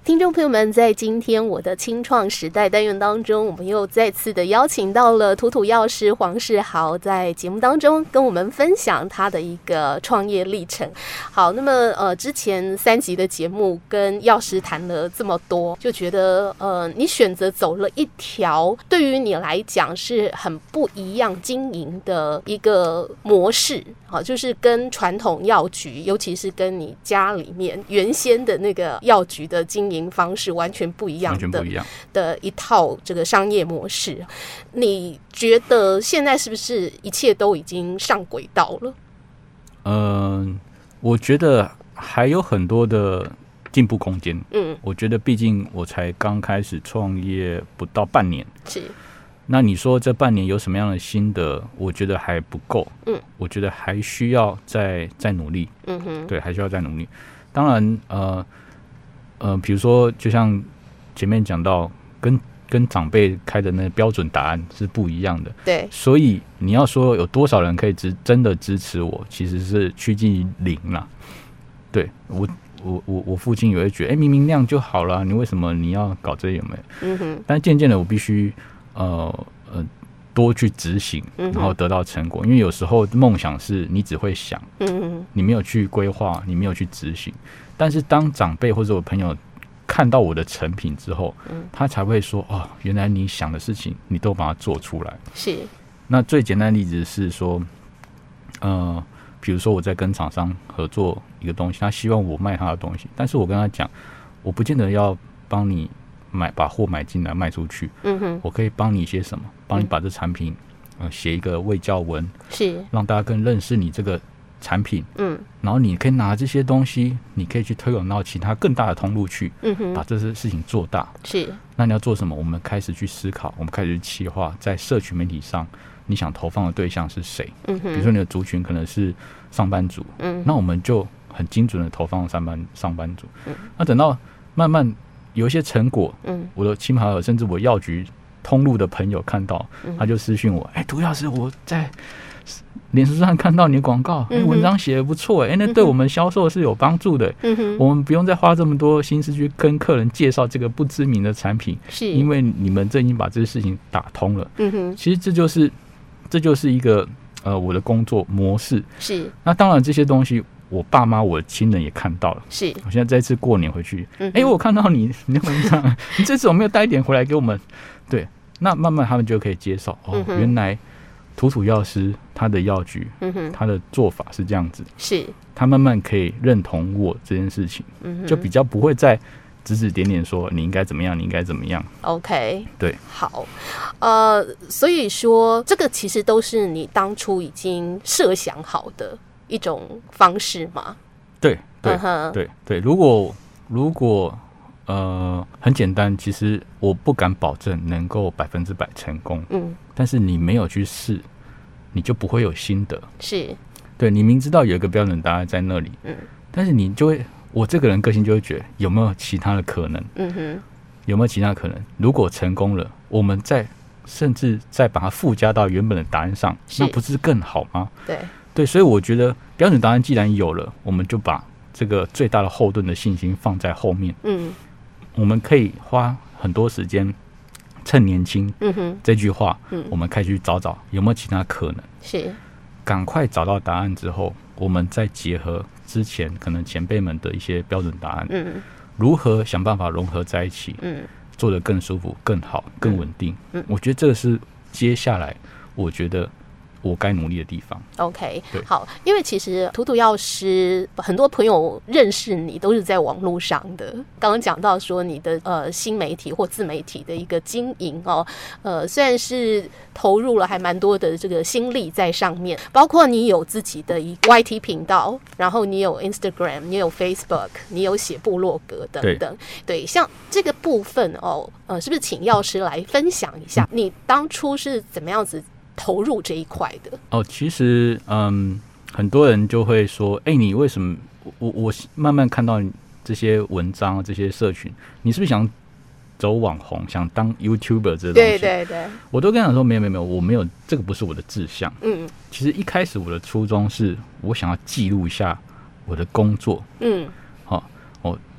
听众朋友们，在今天我的青创时代单元当中，我们又再次的邀请到了土土药师黄世豪，在节目当中跟我们分享他的一个创业历程。好，那么之前3集的节目跟药师谈了这么多，就觉得你选择走了一条对于你来讲是很不一样经营的一个模式。好，就是跟传统药局，尤其是跟你家里面原先的那个药局的经营方式完全不一样的一套这个商业模式。你觉得现在是不是一切都已经上轨道了？ 我觉得还有很多的进步空间。我觉得毕竟我才刚开始创业不到半年。 是。 那你说这半年有什么样的心得？我觉得还不够。我觉得还需要再努力。对，还需要再努力。当然，比如说，就像前面讲到，跟长辈开的那个标准答案是不一样的。 对。所以你要说有多少人可以真的支持我，其实是趋近于0啦。对，我父亲也会觉得，明明那样就好了，你为什么你要搞这有没有？但渐渐的，我必须。多去执行，然后得到成果。因为有时候梦想是你只会想，你没有去规划，你没有去执行。但是当长辈或者我朋友看到我的成品之后，他才会说：“哦，原来你想的事情，你都把它做出来。” 是。 那最简单的例子是说，比如说我在跟厂商合作一个东西，他希望我卖他的东西，但是我跟他讲，我不见得要帮你。把货买进来卖出去，我可以帮你一些什么？帮你把这产品写一个卫教文， 是让大家更认识你这个产品。然后你可以拿这些东西，你可以去推广到其他更大的通路去，把这些事情做大。 是，那你要做什么？我们开始去思考，我们开始去企划，在社群媒体上，你想投放的对象是谁？比如说你的族群可能是上班族，那我们就很精准的投放上班族。那等到慢慢。有一些成果，我的亲朋好友甚至我药局通路的朋友看到，他就私讯我：“涂药师，我在脸书上看到你的广告，文章写得不错，那对我们销售是有帮助的。我们不用再花这么多心思去跟客人介绍这个不知名的产品，是因为你们这已经把这些事情打通了。其实这就是一个我的工作模式。是，那当然这些东西。”我爸妈、我的亲人也看到了。是，我现在这次过年回去，我看到你那文章，你这次有没有带一点回来给我们？对，那慢慢他们就可以接受。原来土药师他的药局，他的做法是这样子。是，他慢慢可以认同我这件事情，就比较不会再指指点点说你应该怎么样，你应该怎么样。OK， 对，好， 所以说这个其实都是你当初已经设想好的。一种方式吗？ 对，如果很简单，其实我不敢保证能够100%成功。但是你没有去试，你就不会有心得。是，对，你明知道有一个标准答案在那里，但是你就会，我这个人个性就会觉得有没有其他的可能？有没有其他可能？如果成功了，我们甚至再把它附加到原本的答案上，那不是更好吗？对，所以我觉得标准答案既然有了，我们就把这个最大的后盾的信心放在后面。我们可以花很多时间，趁年轻。这句话，我们开始去找有没有其他可能。是，赶快找到答案之后，我们再结合之前可能前辈们的一些标准答案，如何想办法融合在一起，做得更舒服、更好、更稳定。我觉得这个是接下来我觉得。我该努力的地方。 OK， 好，因为其实土药师很多朋友认识你都是在网络上的。刚刚讲到说你的新媒体或自媒体的一个经营虽然是投入了还蛮多的这个心力在上面，包括你有自己的一个 YT 频道，然后你有 Instagram， 你有 Facebook， 你有写部落格等等。对，像这个部分是不是请药师来分享一下，你当初是怎么样子？投入这一块的其实很多人就会说，你为什么我慢慢看到这些文章、这些社群，你是不是想走网红，想当 YouTuber 这东西？对，我都跟他说没有，我没有，这个不是我的志向。其实一开始我的初衷是我想要记录一下我的工作。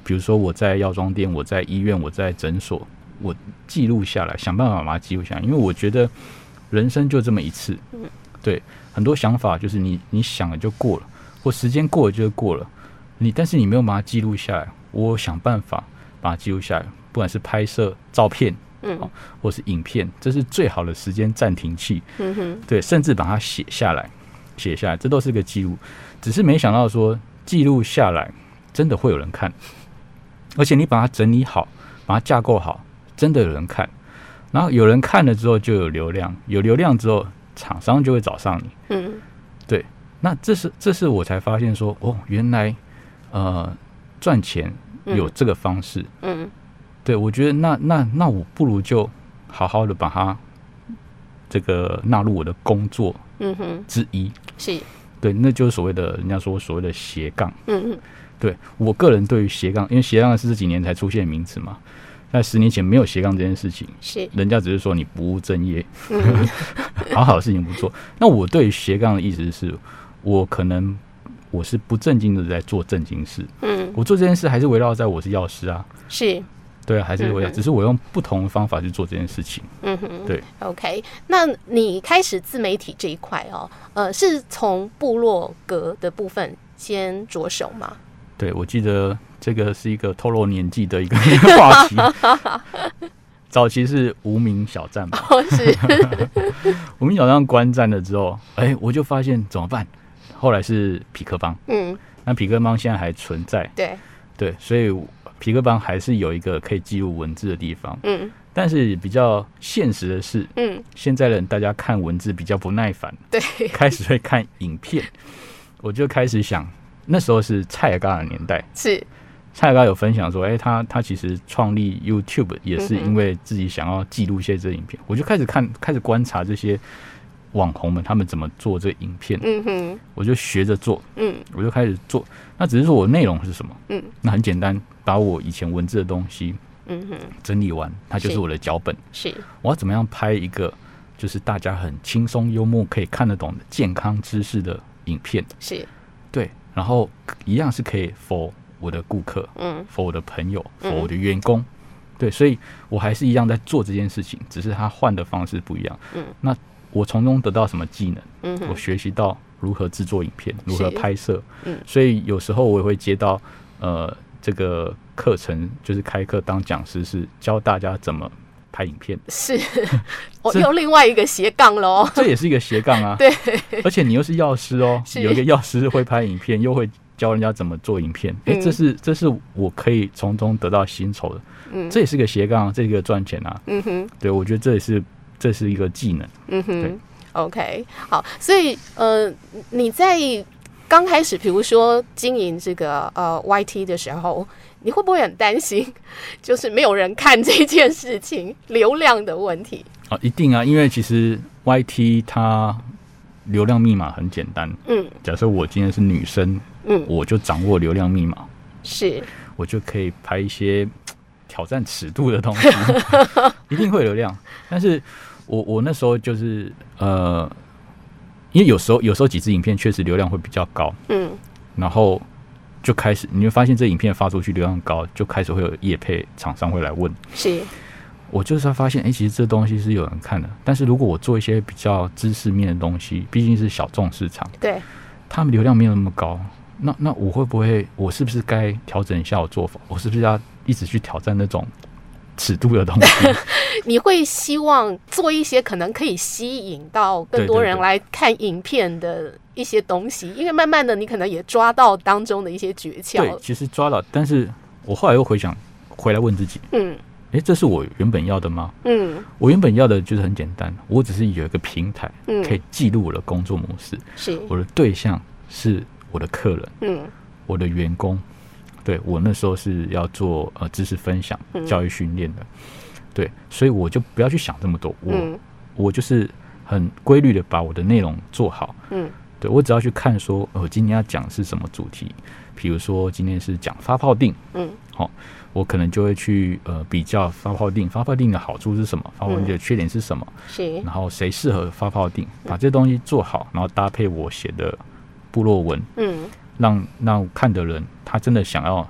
比如说我在药妆店，我在医院，我在诊所，我记录下来，想办法把它记录下来，因为我觉得人生就这么一次，对，很多想法就是你想了就过了，或时间过了就过了，但是你没有把它记录下来，我想办法把它记录下来，不管是拍摄照片，或是影片，这是最好的时间暂停器，对，甚至把它写下来，这都是个记录，只是没想到说记录下来真的会有人看，而且你把它整理好，把它架构好，真的有人看，然后有人看了之后就有流量，有流量之后厂商就会找上你，对，那这是我才发现说，原来赚钱有这个方式，对，我觉得那我不如就好好的把它这个纳入我的工作之一， 是， 对，那就是人家说所谓的斜杠，对，我个人对于斜杠，因为斜杠是这几年才出现的名词嘛，在10年前没有斜杠这件事情，是人家只是说你不务正业，好好的事情不做。那我对于斜杠的意思是，我是不正经的在做正经事，我做这件事还是围绕在我是药师啊，是。对啊，还是只是我用不同的方法去做这件事情。对。 OK， 那你开始自媒体这一块是从部落格的部分先着手吗？ 对，我记得这个是一个透露年纪的一个话题。早期是无名小站吧？是。无名小站关站了之后，我就发现怎么办？后来是痞客邦，那痞客邦现在还存在，对，所以痞客邦还是有一个可以记录文字的地方，但是比较现实的是，现在人大家看文字比较不耐烦，对，开始会看影片，我就开始想，那时候是蔡阿嘎的年代，是蔡阿嘎有分享说，他其实创立 YouTube 也是因为自己想要记录一些这影片，我就开始观察这些网红们他们怎么做这影片，我就学着做，我就开始做。那只是说我内容是什么，那很简单，把我以前文字的东西，整理完，它就是我的脚本。是，我要怎么样拍一个就是大家很轻松幽默可以看得懂的健康知识的影片？是，对，然后一样是可以 for 我的顾客，for 我的朋友，for 我的员工。对，所以我还是一样在做这件事情，只是他换的方式不一样。那我从中得到什么技能？我学习到如何制作影片，如何拍摄。所以有时候我也会接到这个课程，就是开课当讲师，是教大家怎么拍影片。是，我又另外一个斜杠喽。这也是一个斜杠啊。对，而且你又是药师哦，有一个药师会拍影片，又会教人家怎么做影片。这是我可以从中得到薪酬的。这也是个斜杠，这是一个赚钱啊。对，我觉得这是一个技能。对 OK， 好，所以你在刚开始，比如说经营这个YT 的时候，你会不会很担心，就是没有人看这件事情，流量的问题？ 一定啊，因为其实 YT 它流量密码很简单。假设我今天是女生，我就掌握流量密码，是，我就可以拍一些挑战尺度的东西，一定会有流量。但是我那时候就是因为有时候几支影片确实流量会比较高，然后就开始你会发现这影片发出去流量高，就开始会有业配厂商会来问，是，我就是发现其实这东西是有人看的，但是如果我做一些比较知识面的东西，毕竟是小众市场，对，他们流量没有那么高，那我是不是该调整一下我做法？我是不是要一直去挑战那种尺度的东西？ 你会希望做一些可能可以吸引到更多人来看影片的一些东西，因为慢慢的你可能也抓到当中的一些诀窍。 对，其实抓到，但是我后来又回来问自己，这是我原本要的吗？我原本要的就是很简单，我只是有一个平台可以记录我的工作模式，是我的对象是我的客人，我的员工。对，我那时候是要做知识分享、教育训练的，对，所以我就不要去想这么多，我就是很规律的把我的内容做好，对，我只要去看说，我今天要讲是什么主题，比如说今天是讲发泡锭，我可能就会去比较发泡锭的好处是什么，发泡锭的缺点是什么，然后谁适合发泡锭，把这东西做好，然后搭配我写的部落文，让看的人他真的想要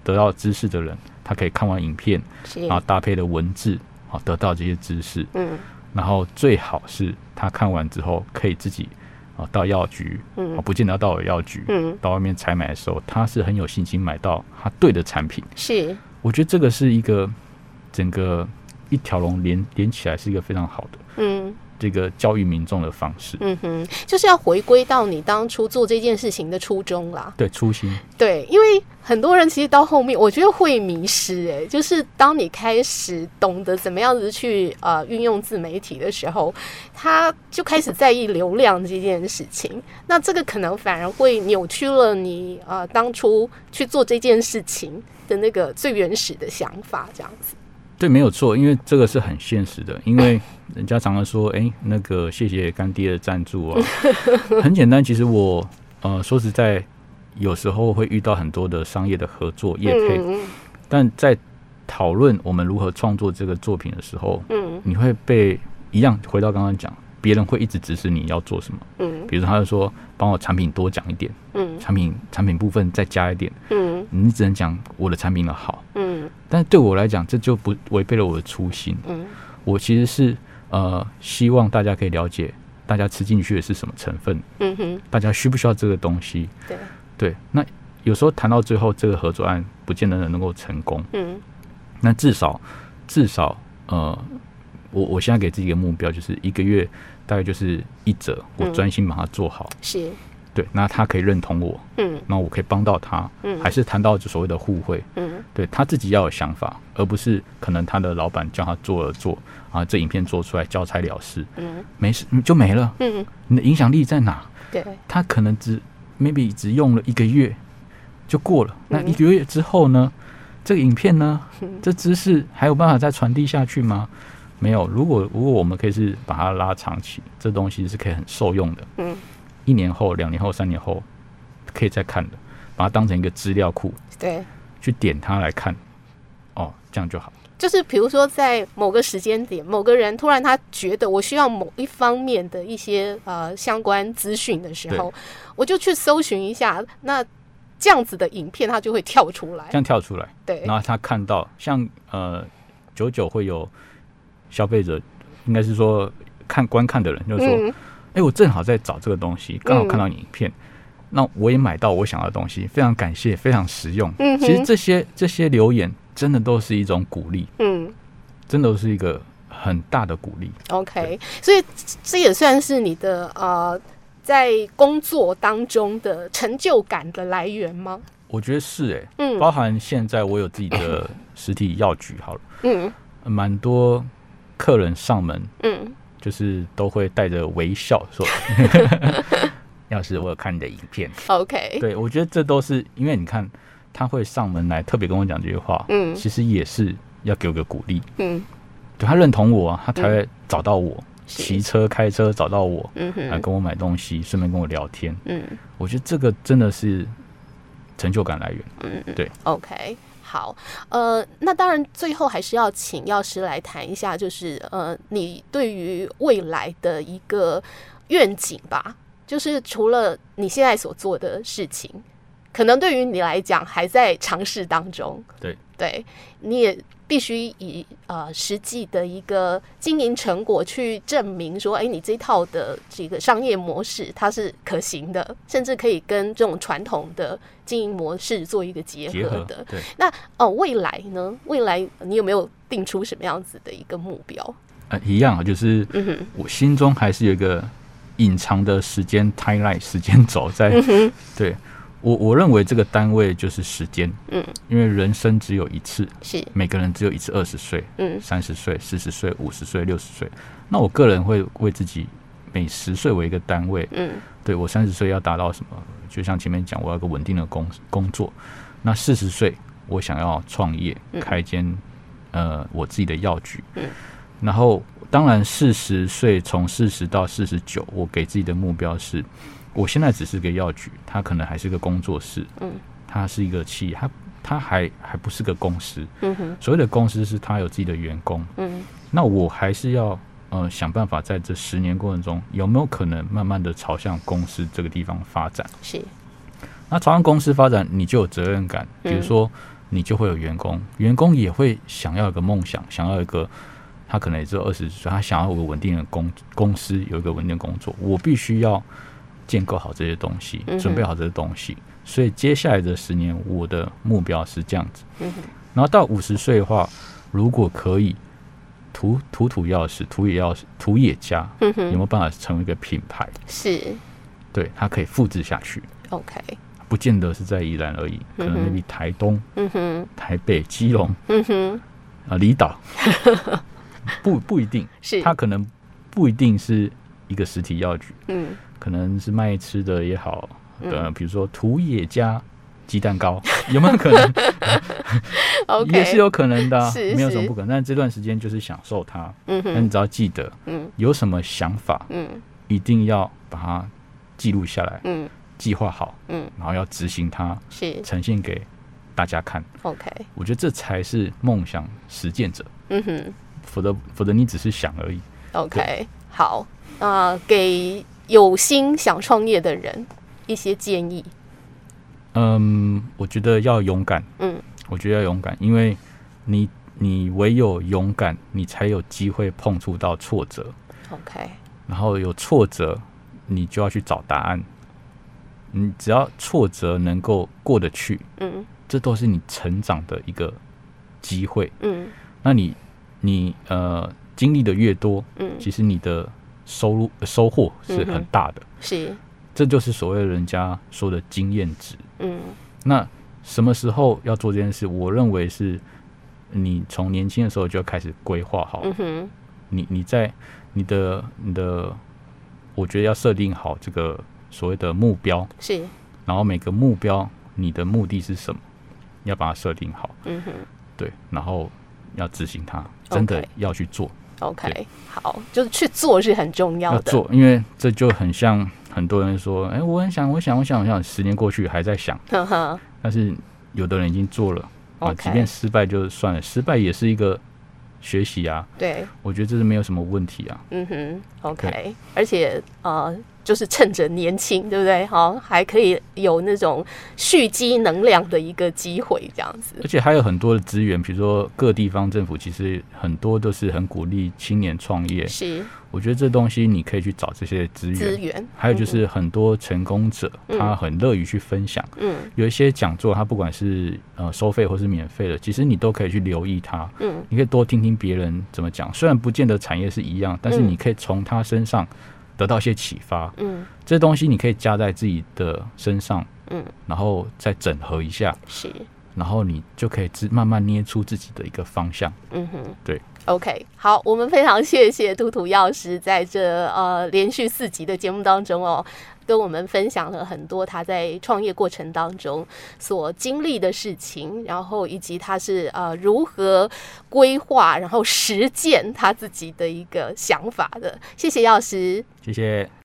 得到知识的人，他可以看完影片，然后搭配的文字，得到这些知识。然后最好是他看完之后可以自己到药局，不见得要到我药局，到外面采买的时候，他是很有信心买到他对的产品。 是， 我觉得这个是一个整个一条龙连起来是一个非常好的，这个教育民众的方式。 就是要回归到你当初做这件事情的初衷啦。 对，初心。对， 因为很多人其实到后面，我觉得会迷失。就是当你开始懂得怎么样子去运用自媒体的时候，他就开始在意流量这件事情。那这个可能反而会扭曲了你当初去做这件事情的那个最原始的想法，这样子。 对，没有错，因为这个是很现实的，因为人家常常说，那个谢谢干爹的赞助啊，很简单。其实我说实在，有时候会遇到很多的商业的合作业配，但在讨论我们如何创作这个作品的时候，你会被一样回到刚刚讲，别人会一直指使你要做什么，比如说他就说帮我产品多讲一点，产品部分再加一点，你只能讲我的产品的好，但是对我来讲，这就不违背了我的初心。我其实是希望大家可以了解，大家吃进去的是什么成分，大家需不需要这个东西？对。那有时候谈到最后，这个合作案不见得能够成功。那至少，我现在给自己一个目标，就是1个月大概就是1则，我专心把它做好。 是。 对，那他可以认同我，那我可以帮到他，还是谈到所谓的互惠，对他自己要有想法，而不是可能他的老板叫他做了做啊，这影片做出来交差了事，没事就没了，你的影响力在哪？ 对， 他可能maybe 只用了1个月就过了，那1个月之后呢？这个影片呢？这知识还有办法再传递下去吗？没有。如果我们可以是把它拉长期，这东西是可以很受用的。1年后、2年后、3年后可以再看的，把它当成一个资料库， 对， 去点它来看，这样就好。 就是比如说在某个时间点，某个人突然他觉得我需要某一方面的一些相关资讯的时候，我就去搜寻一下，那这样子的影片它就会跳出来， 这样跳出来， 对， 然后他看到像久会有消费者，应该是说观看的人，就是说。我正好在找这个东西，刚好看到影片，那我也买到我想要的东西，非常感谢，非常实用。其实这些留言真的都是一种鼓励，真的是一个很大的鼓励。 OK， 所以这也算是你的在工作当中的成就感的来源吗？ 我觉得是包含现在我有自己的实体药局好了，蛮多客人上门，就是都会带着微笑说要是我有看你的影片 OK， 对，我觉得这都是因为你看他会上门来特别跟我讲这些话，其实也是要给我个鼓励，对，他认同我啊，他才会找到我，骑车开车找到我，来跟我买东西，顺便跟我聊天，我觉得这个真的是成就感来源，对 OK。好，那当然，最后还是要请药师来谈一下，就是你对于未来的一个愿景吧。就是除了你现在所做的事情，可能对于你来讲还在尝试当中，对，你也必须以实际的一个经营成果去证明说，你这套的这个商业模式它是可行的，甚至可以跟这种传统的经营模式做一个结合的。 对， 那未来呢？未来你有没有定出什么样子的一个目标？ 一样，就是我心中还是有一个隐藏的时间 timeline 时间轴在，对。我认为这个单位就是时间，因为人生只有一次， 是每个人只有一次20岁、30岁、40岁、50岁、60岁。那我个人会为自己每10岁为一个单位，对我30岁要达到什么？就像前面讲，我要有个稳定的工作。那40岁我想要创业，开间我自己的药局，然后当然40岁从40到49，我给自己的目标是。我现在只是个药局，它可能还是个工作室，它是一个企业，它还不是个公司。所谓的公司是它有自己的员工。那我还是要想办法在这10年过程中，有没有可能慢慢的朝向公司这个地方发展？ 是。 那朝向公司发展，你就有责任感。比如说， 你就会有员工，员工也会想要一个梦想，想要一个他可能也只有20岁，他想要有个稳定的公司，有一个稳定的工作，我必须要建构好这些东西，准备好这些东西。所以接下来的10年，我的目标是这样子。然后到50岁的话，如果可以，土钥匙、土野家，有没有办法成为一个品牌？ 是， 对，它可以复制下去。 OK。 不见得是在宜兰而已，可能 maybe 台东、台北、基隆、离岛，不一定， 是它可能不一定是一个实体药局，可能是卖吃的也好，比如说土野家鸡蛋糕，有没有可能？ okay, 也是有可能的， 是没有什么不可能。但这段时间就是享受它，但你只要记得，有什么想法，一定要把它记录下来，计划好，然后要执行它， 是呈现给大家看。 OK， 我觉得这才是梦想实践者。否则你只是想而已。 OK， 好，给有心想创业的人一些建议。 我觉得要勇敢。我觉得要勇敢，因为你唯有勇敢，你才有机会碰触到挫折。 OK， 然后有挫折，你就要去找答案。你只要挫折能够过得去，这都是你成长的一个机会。那你经历的越多，其实你的收获是很大的。 是， 这就是所谓人家说的经验值。那什么时候要做这件事？我认为是你从年轻的时候就要开始规划好。你在你的，我觉得要设定好这个所谓的目标， 是， 然后每个目标你的目的是什么，要把它设定好。对，然后要执行它，真的要去做。 OK， 好，就是去做是很重要的。 要做，因为这就很像很多人说，我很想，10年过去还在想，但是有的人已经做了，即便失败就算了，失败也是一个学习啊。 对， 我觉得这是没有什么问题啊。 OK， 而且就是趁着年轻，对不对？好，还可以有那种蓄积能量的一个机会，这样子。 而且还有很多的资源，比如说各地方政府其实很多都是很鼓励青年创业。 是， 我觉得这东西你可以去找这些资源。还有就是很多成功者，他很乐于去分享。有一些讲座，他不管是收费或是免费的，其实你都可以去留意他。你可以多听听别人怎么讲，虽然不见得产业是一样，但是你可以从他身上得到一些启发。这些东西你可以加在自己的身上，然后再整合一下， 是， 然后你就可以慢慢捏出自己的一个方向。对。 OK， 好，我们非常谢谢土药师在这连续4集的节目当中跟我们分享了很多他在创业过程当中所经历的事情，然后以及他是如何规划然后实践他自己的一个想法的。谢谢药师， 谢谢。